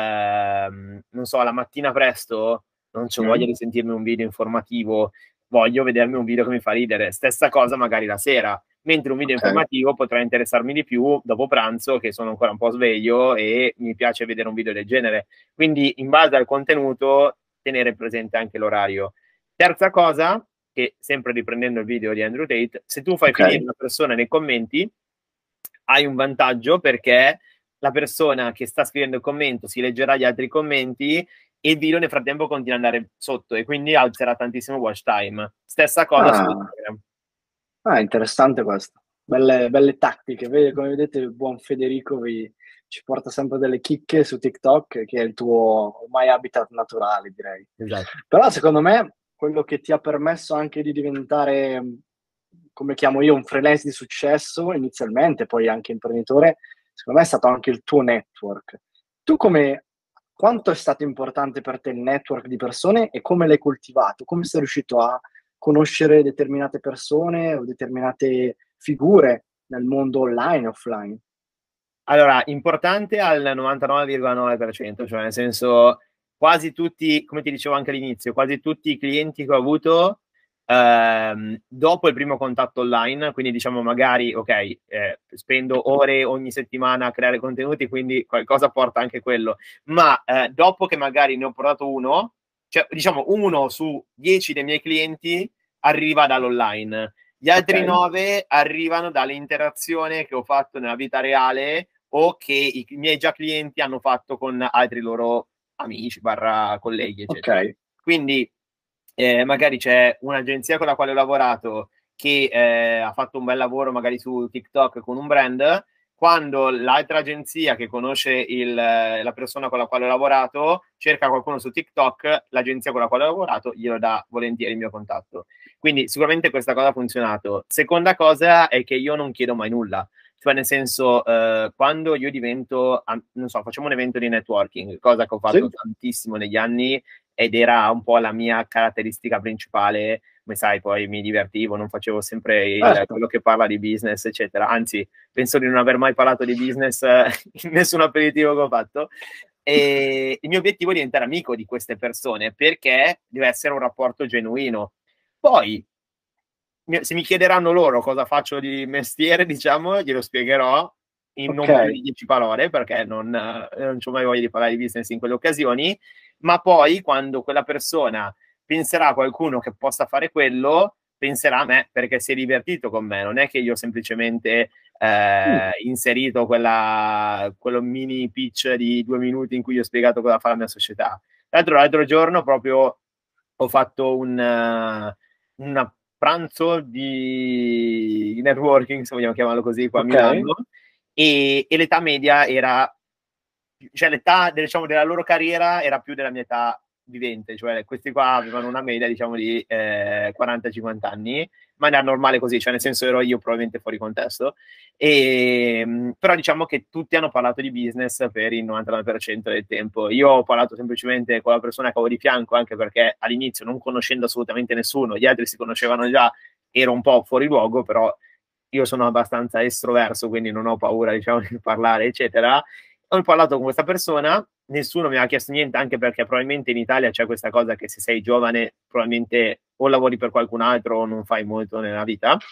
non so, la mattina presto, non c'ho voglia di sentirmi un video informativo, voglio vedermi un video che mi fa ridere. Stessa cosa magari la sera, mentre un video informativo potrà interessarmi di più dopo pranzo, che sono ancora un po' sveglio e mi piace vedere un video del genere. Quindi in base al contenuto tenere presente anche l'orario. Terza cosa, che sempre riprendendo il video di Andrew Tate, se tu fai finire una persona nei commenti, hai un vantaggio perché la persona che sta scrivendo il commento si leggerà gli altri commenti e il video nel frattempo continua ad andare sotto e quindi alzerà tantissimo watch time. Stessa cosa su Instagram. Interessante questo. Belle tattiche. Come vedete il buon Federico ci porta sempre delle chicche su TikTok, che è il tuo ormai habitat naturale, direi. Esatto. Però secondo me quello che ti ha permesso anche di diventare, come chiamo io, un freelance di successo inizialmente, poi anche imprenditore, secondo me è stato anche il tuo network. Tu quanto è stato importante per te il network di persone e come l'hai coltivato? Come sei riuscito a conoscere determinate persone o determinate figure nel mondo online e offline? Allora, importante al 99,9%, cioè nel senso quasi tutti, come ti dicevo anche all'inizio, quasi tutti i clienti che ho avuto dopo il primo contatto online, quindi diciamo magari, ok, spendo ore ogni settimana a creare contenuti, quindi qualcosa porta anche quello, ma dopo che magari ne ho portato uno, cioè diciamo 1 su 10 dei miei clienti arriva dall'online, gli altri 9 arrivano dall'interazione che ho fatto nella vita reale o che i miei già clienti hanno fatto con altri loro amici, / colleghi, eccetera. Quindi magari c'è un'agenzia con la quale ho lavorato che ha fatto un bel lavoro magari su TikTok con un brand, quando l'altra agenzia che conosce la persona con la quale ho lavorato cerca qualcuno su TikTok, l'agenzia con la quale ho lavorato glielo dà volentieri il mio contatto. Quindi sicuramente questa cosa ha funzionato. Seconda cosa è che io non chiedo mai nulla. Cioè nel senso, quando io divento, non so, facciamo un evento di networking, cosa che ho fatto tantissimo negli anni ed era un po' la mia caratteristica principale, come sai, poi mi divertivo, non facevo sempre quello che parla di business, eccetera. Anzi, penso di non aver mai parlato di business in nessun aperitivo che ho fatto. E il mio obiettivo è diventare amico di queste persone perché deve essere un rapporto genuino. Poi, se mi chiederanno loro cosa faccio di mestiere, diciamo, glielo spiegherò, in non Ok. più di 10 parole, perché non c'ho mai voglia di parlare di business in quelle occasioni, ma poi quando quella persona penserà a qualcuno che possa fare quello, penserà a me perché si è divertito con me, non è che io ho semplicemente inserito quello mini pitch di 2 minuti in cui ho spiegato cosa fa la mia società. Tra l'altro giorno proprio ho fatto un pranzo di networking, se vogliamo chiamarlo così, qua a Ok. Milano, e l'età media era, cioè l'età diciamo, della loro carriera era più della mia età vivente, cioè questi qua avevano una media diciamo di 40-50 anni, ma era normale così, cioè nel senso ero io probabilmente fuori contesto, però diciamo che tutti hanno parlato di business per il 99% del tempo. Io ho parlato semplicemente con la persona che avevo di fianco, anche perché all'inizio, non conoscendo assolutamente nessuno, gli altri si conoscevano già, ero un po' fuori luogo, però io sono abbastanza estroverso, quindi non ho paura, diciamo, di parlare, eccetera. Ho parlato con questa persona, nessuno mi ha chiesto niente, anche perché probabilmente in Italia c'è questa cosa che se sei giovane probabilmente o lavori per qualcun altro o non fai molto nella vita.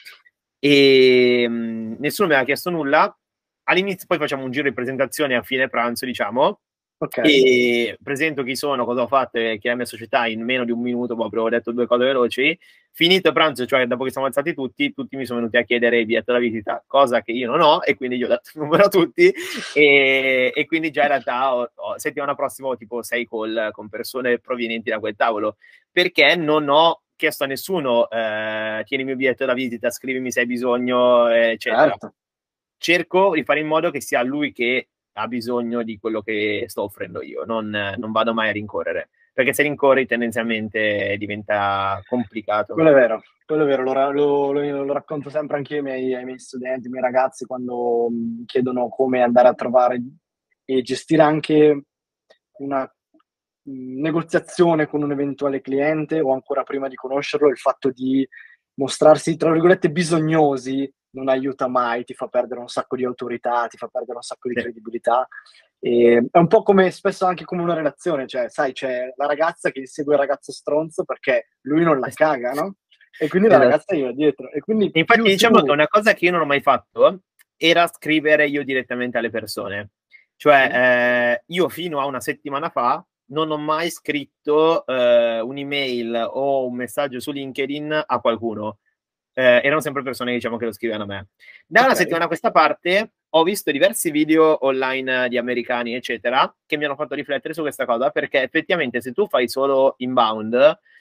E nessuno mi ha chiesto nulla. All'inizio poi facciamo un giro di presentazione a fine pranzo, diciamo, Ok. e presento chi sono, cosa ho fatto e chi è la mia società in meno di un minuto, proprio ho detto 2 cose veloci. Finito il pranzo, cioè dopo che siamo alzati tutti mi sono venuti a chiedere il biglietto da visita, cosa che io non ho, e quindi gli ho dato il numero a tutti, e quindi già in realtà settimana prossima ho tipo 6 call con persone provenienti da quel tavolo, perché non ho chiesto a nessuno tieni il mio biglietto da visita, scrivimi se hai bisogno, eccetera. Certo. Cerco di fare in modo che sia lui che ha bisogno di quello che sto offrendo io, non vado mai a rincorrere, perché se rincorri tendenzialmente diventa complicato. Quello è vero, lo racconto sempre anche io ai miei studenti, ai miei ragazzi, quando chiedono come andare a trovare e gestire anche una negoziazione con un eventuale cliente, o ancora prima di conoscerlo, il fatto di mostrarsi, tra virgolette, bisognosi non aiuta mai, ti fa perdere un sacco di autorità, ti fa perdere un sacco di Sì. credibilità. E è un po' come, spesso anche come una relazione, cioè, sai, c'è la ragazza che insegue il ragazzo stronzo perché lui non la caga, no? E quindi la Esatto. ragazza gli va dietro. E quindi Infatti più diciamo che tu... una cosa che io non ho mai fatto era scrivere io direttamente alle persone. Cioè, io fino a una settimana fa non ho mai scritto un'email o un messaggio su LinkedIn a qualcuno. Erano sempre persone, diciamo, che lo scrivevano a me. Da una Ok, settimana a questa parte ho visto diversi video online di americani, eccetera, che mi hanno fatto riflettere su questa cosa, perché effettivamente se tu fai solo inbound,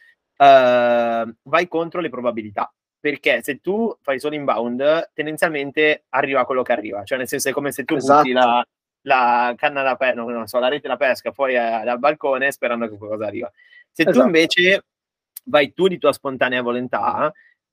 vai contro le probabilità. Perché se tu fai solo inbound, tendenzialmente arriva quello che arriva. Cioè, nel senso, è come se tu butti esatto, la canna da pesca, non so, la rete da pesca fuori dal balcone sperando che qualcosa arriva. Se tu esatto, invece vai tu di tua spontanea volontà,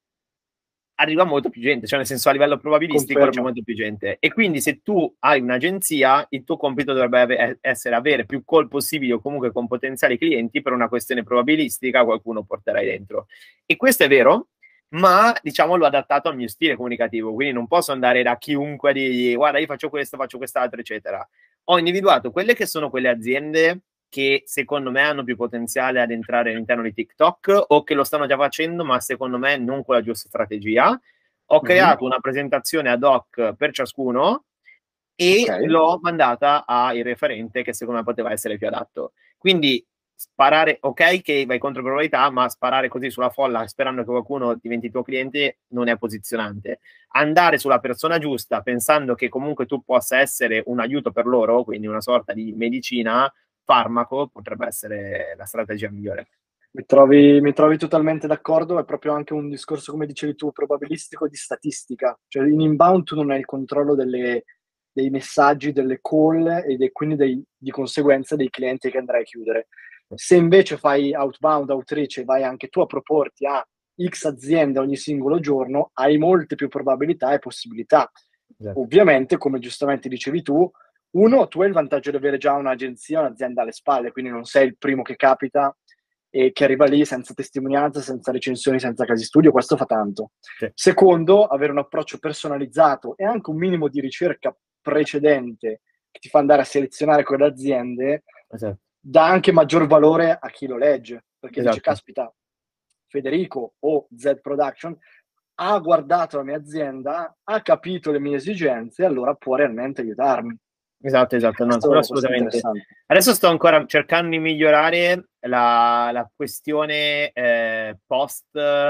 arriva molto più gente, cioè nel senso a livello probabilistico c'è confermo. molto più gente. E quindi se tu hai un'agenzia, il tuo compito dovrebbe essere avere più call possibili o comunque con potenziali clienti per una questione probabilistica, qualcuno porterai dentro. E questo è vero, ma diciamo l'ho adattato al mio stile comunicativo, quindi non posso andare da chiunque e dirgli guarda io faccio questo, faccio quest'altro, eccetera. Ho individuato quelle che sono quelle aziende che secondo me hanno più potenziale ad entrare all'interno di TikTok o che lo stanno già facendo, ma secondo me non con la giusta strategia. Ho creato una presentazione ad hoc per ciascuno Ok, e l'ho mandata al referente che secondo me poteva essere più adatto. Quindi sparare, ok che vai contro probabilità, ma sparare così sulla folla sperando che qualcuno diventi tuo cliente non è posizionante. Andare sulla persona giusta pensando che comunque tu possa essere un aiuto per loro, quindi una sorta di medicina, farmaco, potrebbe essere la strategia migliore. mi trovi totalmente d'accordo, è proprio anche un discorso, come dicevi tu, probabilistico di statistica. Cioè in inbound tu non hai il controllo dei messaggi, delle call quindi di conseguenza dei clienti che andrai a chiudere. Se invece fai outbound, outreach e vai anche tu a proporti a X aziende ogni singolo giorno, hai molte più probabilità e possibilità. Esatto. Ovviamente, come giustamente dicevi tu, tu hai il vantaggio di avere già un'agenzia, un'azienda alle spalle, quindi non sei il primo che capita e che arriva lì senza testimonianza, senza recensioni, senza casi studio, questo fa tanto. Sì. Secondo, avere un approccio personalizzato e anche un minimo di ricerca precedente che ti fa andare a selezionare quelle aziende, Esatto. dà anche maggior valore a chi lo legge, perché dice, Esatto. caspita, Federico o Z Production ha guardato la mia azienda, ha capito le mie esigenze, e allora può realmente aiutarmi. Esatto, no, quello Questo è assolutamente. interessante. Adesso sto ancora cercando di migliorare la questione post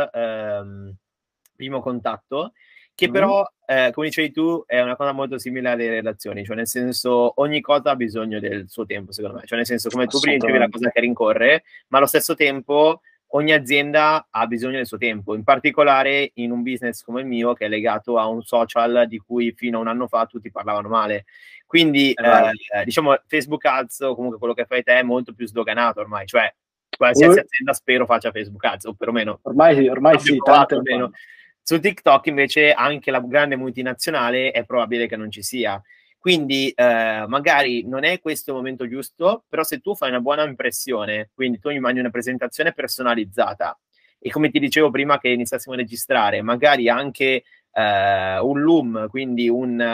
primo contatto, che però, come dicevi tu, è una cosa molto simile alle relazioni, cioè nel senso ogni cosa ha bisogno del suo tempo, secondo me, cioè nel senso come tu prima dicevi la cosa che rincorre, ma allo stesso tempo ogni azienda ha bisogno del suo tempo, in particolare in un business come il mio che è legato a un social di cui fino a un anno fa tutti parlavano male. Quindi diciamo Facebook Ads o comunque quello che fai te è molto più sdoganato ormai, cioè qualsiasi azienda spero faccia Facebook Ads o perlomeno ormai sì, tante almeno. Su TikTok invece anche la grande multinazionale è probabile che non ci sia. Quindi magari non è questo il momento giusto, però se tu fai una buona impressione, quindi tu mi mandi una presentazione personalizzata e come ti dicevo prima che iniziassimo a registrare, magari anche un loom, quindi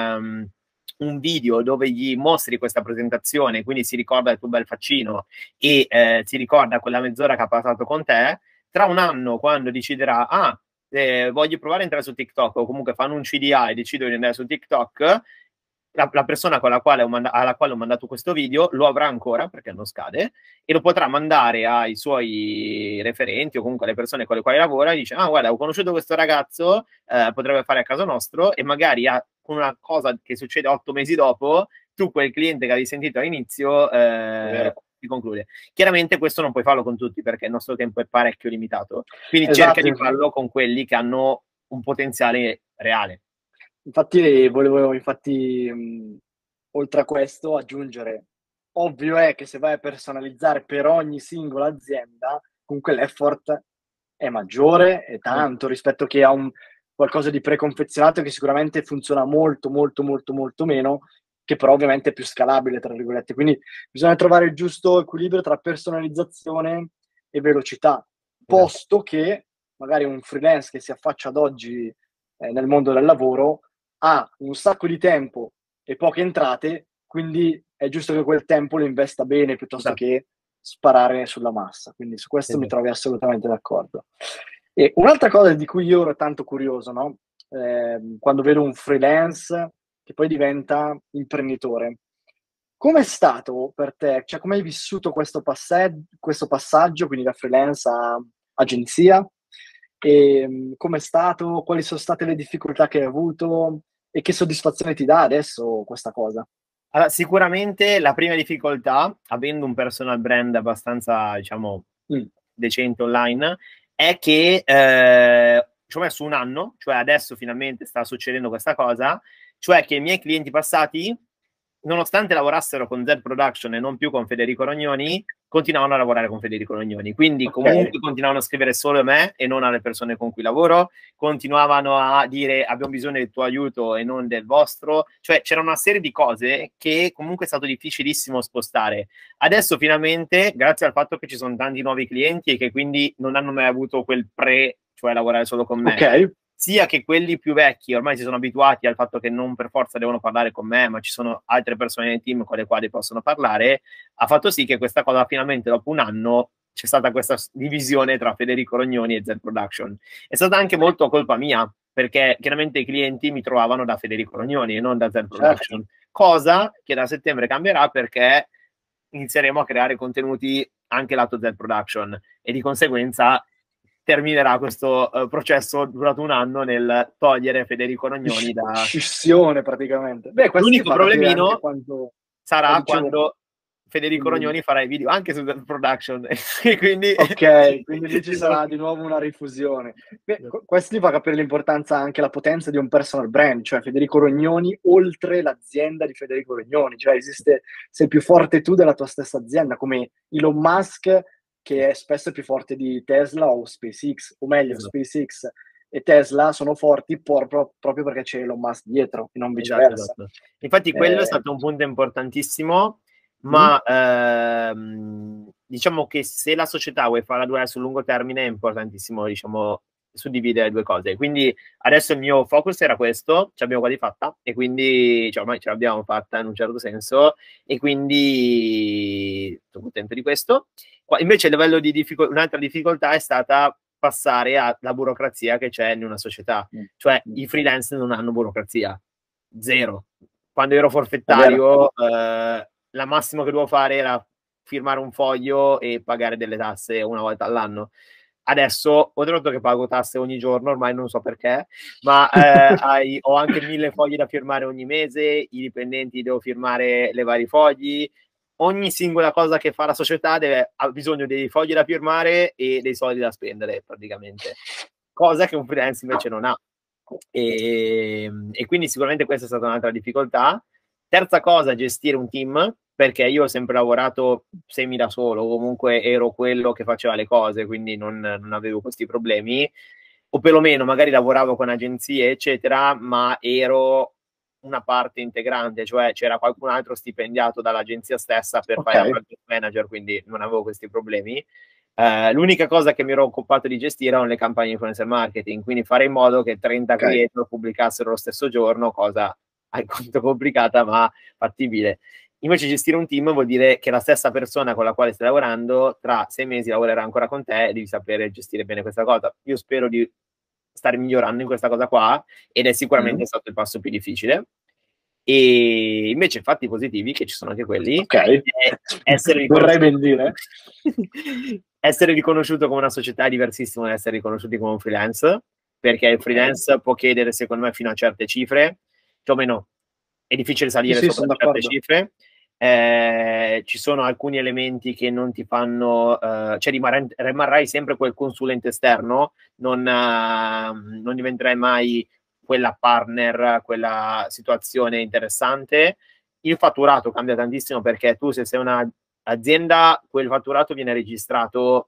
un video dove gli mostri questa presentazione, quindi si ricorda il tuo bel faccino e si ricorda quella mezz'ora che ha passato con te, tra un anno quando deciderà, voglio provare a entrare su TikTok o comunque fanno un CDA e decido di andare su TikTok, la persona alla quale ho mandato questo video lo avrà ancora perché non scade e lo potrà mandare ai suoi referenti o comunque alle persone con le quali lavora e dice guarda ho conosciuto questo ragazzo, potrebbe fare a caso nostro e magari con una cosa che succede 8 mesi dopo tu quel cliente che avevi sentito all'inizio si conclude. Chiaramente questo non puoi farlo con tutti perché il nostro tempo è parecchio limitato, quindi cerca di farlo con quelli che hanno un potenziale reale. Infatti volevo oltre a questo aggiungere, ovvio è che se vai a personalizzare per ogni singola azienda, comunque l'effort è maggiore, è tanto rispetto che a qualcosa di preconfezionato che sicuramente funziona molto meno, che però ovviamente è più scalabile, tra virgolette. Quindi bisogna trovare il giusto equilibrio tra personalizzazione e velocità, posto che magari un freelance che si affaccia ad oggi nel mondo del lavoro ha un sacco di tempo e poche entrate, quindi è giusto che quel tempo lo investa bene piuttosto che sparare sulla massa. Quindi su questo mi trovi assolutamente d'accordo. E un'altra cosa di cui io ero tanto curioso, no? Quando vedo un freelance che poi diventa imprenditore, com'è stato per te? Cioè, come hai vissuto questo passaggio, quindi da freelance a agenzia? E com'è stato? Quali sono state le difficoltà che hai avuto? E che soddisfazione ti dà adesso questa cosa? Allora, sicuramente la prima difficoltà, avendo un personal brand abbastanza, diciamo, decente online, è che ci ho messo un anno, cioè adesso finalmente sta succedendo questa cosa, cioè che i miei clienti passati, nonostante lavorassero con Z Production e non più con Federico Rognoni, continuavano a lavorare con Federico Rognoni, quindi comunque continuavano a scrivere solo a me e non alle persone con cui lavoro, continuavano a dire abbiamo bisogno del tuo aiuto e non del vostro, cioè c'era una serie di cose che comunque è stato difficilissimo spostare. Adesso finalmente, grazie al fatto che ci sono tanti nuovi clienti e che quindi non hanno mai avuto quel cioè lavorare solo con me, sia che quelli più vecchi ormai si sono abituati al fatto che non per forza devono parlare con me, ma ci sono altre persone nel team con le quali possono parlare, ha fatto sì che questa cosa finalmente dopo un anno c'è stata questa divisione tra Federico Rognoni e Z Production. È stata anche molto colpa mia, perché chiaramente i clienti mi trovavano da Federico Rognoni e non da Z Production, cosa che da settembre cambierà perché inizieremo a creare contenuti anche lato Z Production e di conseguenza terminerà questo processo durato un anno nel togliere Federico Rognoni da scissione praticamente. L'unico problemino sarà dicevo, quando Federico Rognoni farà i video anche su The Production e quindi quindi lì ci sarà di nuovo una rifusione. Questo ti fa capire l'importanza, anche la potenza di un personal brand, cioè Federico Rognoni oltre l'azienda di Federico Rognoni, cioè sei più forte tu della tua stessa azienda, come Elon Musk che è spesso più forte di Tesla o SpaceX, o meglio SpaceX e Tesla sono forti proprio perché c'è Elon Musk dietro e non viceversa. Infatti quello è stato un punto importantissimo, ma diciamo che se la società vuoi farla durare sul lungo termine è importantissimo, diciamo, suddividere le due cose. Quindi adesso il mio focus era questo, ce l'abbiamo quasi fatta e quindi ormai ce l'abbiamo fatta in un certo senso e quindi sono contento di questo. Invece a livello di un'altra difficoltà è stata passare alla burocrazia che c'è in una società. Cioè i freelance non hanno burocrazia, zero. Quando ero forfettario, la massima che dovevo fare era firmare un foglio e pagare delle tasse una volta all'anno. Adesso, oltretutto che pago tasse ogni giorno, ormai non so perché, ma ho anche 1000 fogli da firmare ogni mese, i dipendenti devo firmare le vari fogli, ogni singola cosa che fa la società ha bisogno dei fogli da firmare e dei soldi da spendere, praticamente. Cosa che un freelance invece non ha. E quindi sicuramente questa è stata un'altra difficoltà. Terza cosa, gestire un team, perché io ho sempre lavorato semi da solo, comunque ero quello che faceva le cose, quindi non avevo questi problemi, o perlomeno magari lavoravo con agenzie, eccetera, ma ero una parte integrante, cioè c'era qualcun altro stipendiato dall'agenzia stessa per fare la project manager, quindi non avevo questi problemi. L'unica cosa che mi ero occupato di gestire erano le campagne di influencer marketing, quindi fare in modo che 30 creator pubblicassero lo stesso giorno, cosa alquanto complicata ma fattibile. Invece gestire un team vuol dire che la stessa persona con la quale stai lavorando tra 6 mesi lavorerà ancora con te e devi sapere gestire bene questa cosa. Io spero di stare migliorando in questa cosa qua ed è sicuramente stato il passo più difficile. E invece fatti positivi, che ci sono anche quelli, essere vorrei ben dire essere riconosciuto come una società è diversissimo da essere riconosciuti come un freelance, perché il freelance può chiedere secondo me fino a certe cifre, più o meno è difficile salire sopra certe cifre. Ci sono alcuni elementi che non ti fanno, cioè rimarrai sempre quel consulente esterno, non diventerai mai quella partner, quella situazione interessante. Il fatturato cambia tantissimo, perché tu, se sei un'azienda, quel fatturato viene registrato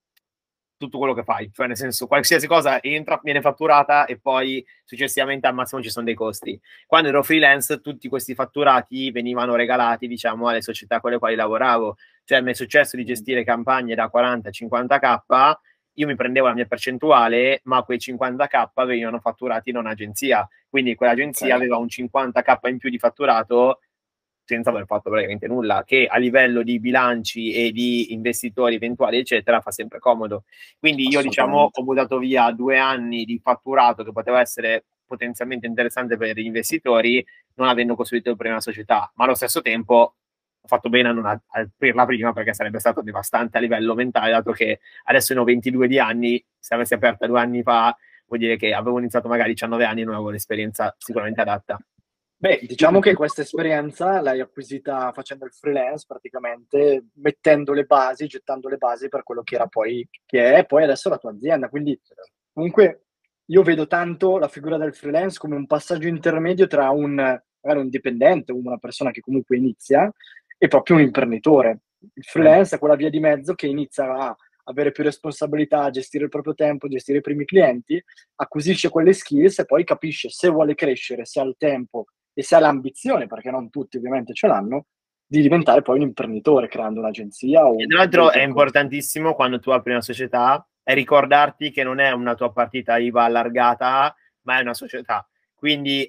tutto quello che fai, cioè nel senso qualsiasi cosa entra viene fatturata e poi successivamente al massimo ci sono dei costi. Quando ero freelance tutti questi fatturati venivano regalati, diciamo, alle società con le quali lavoravo, cioè mi è successo di gestire campagne da 40-50k, io mi prendevo la mia percentuale, ma quei 50k venivano fatturati in un'agenzia, quindi quell'agenzia aveva un 50k in più di fatturato senza aver fatto praticamente nulla, che a livello di bilanci e di investitori eventuali, eccetera, fa sempre comodo. Quindi io, diciamo, ho buttato via 2 anni di fatturato che poteva essere potenzialmente interessante per gli investitori, non avendo costruito il prima società, ma allo stesso tempo ho fatto bene a non aprirla prima, perché sarebbe stato devastante a livello mentale, dato che adesso ne ho 22 di anni, se avessi aperta 2 anni fa vuol dire che avevo iniziato magari 19 anni e non avevo l'esperienza sicuramente adatta. Beh, diciamo che questa esperienza l'hai acquisita facendo il freelance, praticamente mettendo le basi, gettando le basi per quello che era poi, che è poi adesso la tua azienda. Quindi comunque io vedo tanto la figura del freelance come un passaggio intermedio tra magari un dipendente o una persona che comunque inizia e proprio un imprenditore. Il freelance è quella via di mezzo che inizia a avere più responsabilità, a gestire il proprio tempo, gestire i primi clienti, acquisisce quelle skills e poi capisce se vuole crescere, se ha il tempo e se ha l'ambizione, perché non tutti ovviamente ce l'hanno, di diventare poi un imprenditore creando un'agenzia. E tra l'altro è importantissimo, quando tu apri una società, è ricordarti che non è una tua partita IVA allargata, ma è una società. Quindi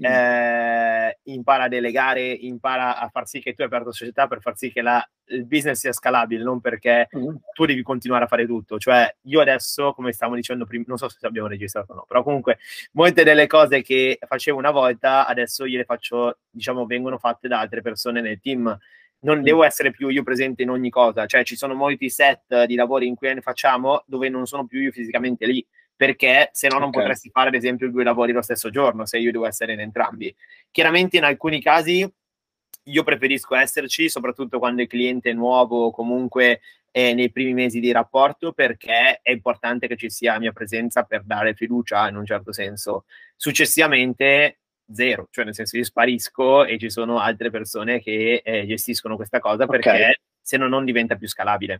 impara a delegare, impara a far sì che tu hai aperto società per far sì che il business sia scalabile, non perché tu devi continuare a fare tutto. Cioè io adesso, come stavamo dicendo prima, non so se abbiamo registrato o no, però comunque molte delle cose che facevo una volta adesso io le faccio, diciamo, vengono fatte da altre persone nel team. Non devo essere più io presente in ogni cosa, cioè ci sono molti set di lavori in cui ne facciamo dove non sono più io fisicamente lì, perché se no non potresti fare ad esempio 2 lavori lo stesso giorno, se io devo essere in entrambi. Chiaramente in alcuni casi io preferisco esserci, soprattutto quando il cliente è nuovo o comunque nei primi mesi di rapporto, perché è importante che ci sia la mia presenza per dare fiducia in un certo senso. Successivamente zero, cioè nel senso io sparisco e ci sono altre persone che gestiscono questa cosa, perché se no non diventa più scalabile.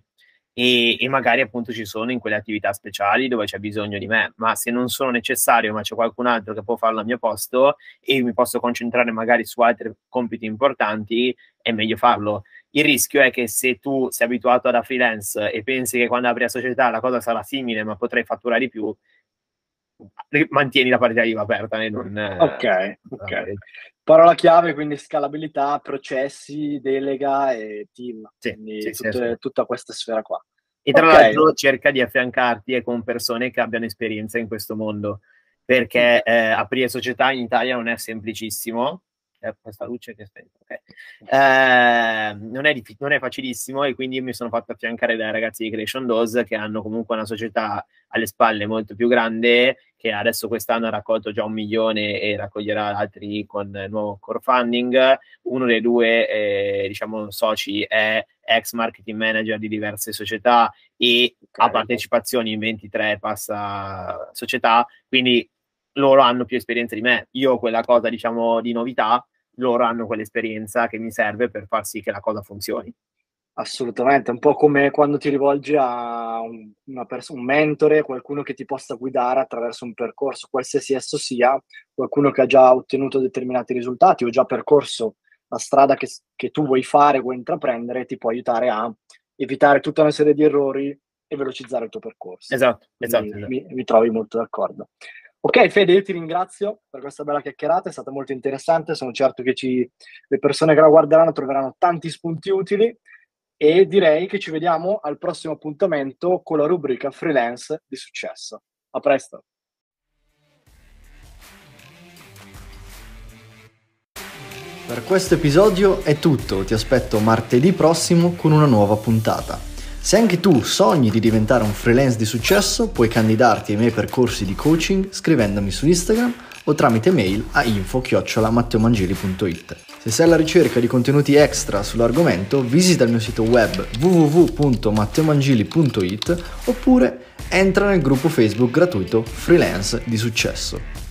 E magari appunto ci sono in quelle attività speciali dove c'è bisogno di me, ma se non sono necessario ma c'è qualcun altro che può farlo al mio posto e io mi posso concentrare magari su altri compiti importanti, è meglio farlo. Il rischio è che se tu sei abituato da freelance e pensi che quando apri la società la cosa sarà simile ma potrai fatturare di più, mantieni la partita IVA aperta e non... Ok. Parola chiave, quindi scalabilità, processi, delega e team. Quindi tutta questa sfera qua. E tra l'altro cerca di affiancarti con persone che abbiano esperienza in questo mondo, perché aprire società in Italia non è semplicissimo. Questa luce che è spenta, non è facilissimo, e quindi mi sono fatto affiancare dai ragazzi di Creation Dose, che hanno comunque una società alle spalle molto più grande, che adesso quest'anno ha raccolto già 1 milione e raccoglierà altri con nuovo core funding. Uno dei due diciamo soci è ex marketing manager di diverse società e ha partecipazioni in 23 passa società, quindi loro hanno più esperienza di me. Io ho quella cosa, diciamo, di novità, loro hanno quell'esperienza che mi serve per far sì che la cosa funzioni. Assolutamente, un po' come quando ti rivolgi a un mentore, qualcuno che ti possa guidare attraverso un percorso, qualsiasi esso sia, qualcuno che ha già ottenuto determinati risultati o già percorso la strada che tu vuoi fare, vuoi intraprendere, ti può aiutare a evitare tutta una serie di errori e velocizzare il tuo percorso. Esatto. Mi trovi molto d'accordo. Ok, Fede, io ti ringrazio per questa bella chiacchierata, è stata molto interessante, sono certo che le persone che la guarderanno troveranno tanti spunti utili, e direi che ci vediamo al prossimo appuntamento con la rubrica Freelance di Successo. A presto! Per questo episodio è tutto, ti aspetto martedì prossimo con una nuova puntata. Se anche tu sogni di diventare un freelance di successo, puoi candidarti ai miei percorsi di coaching scrivendomi su Instagram o tramite mail a info@matteomangeli.it. Se sei alla ricerca di contenuti extra sull'argomento, visita il mio sito web www.matteomangeli.it oppure entra nel gruppo Facebook gratuito Freelance di Successo.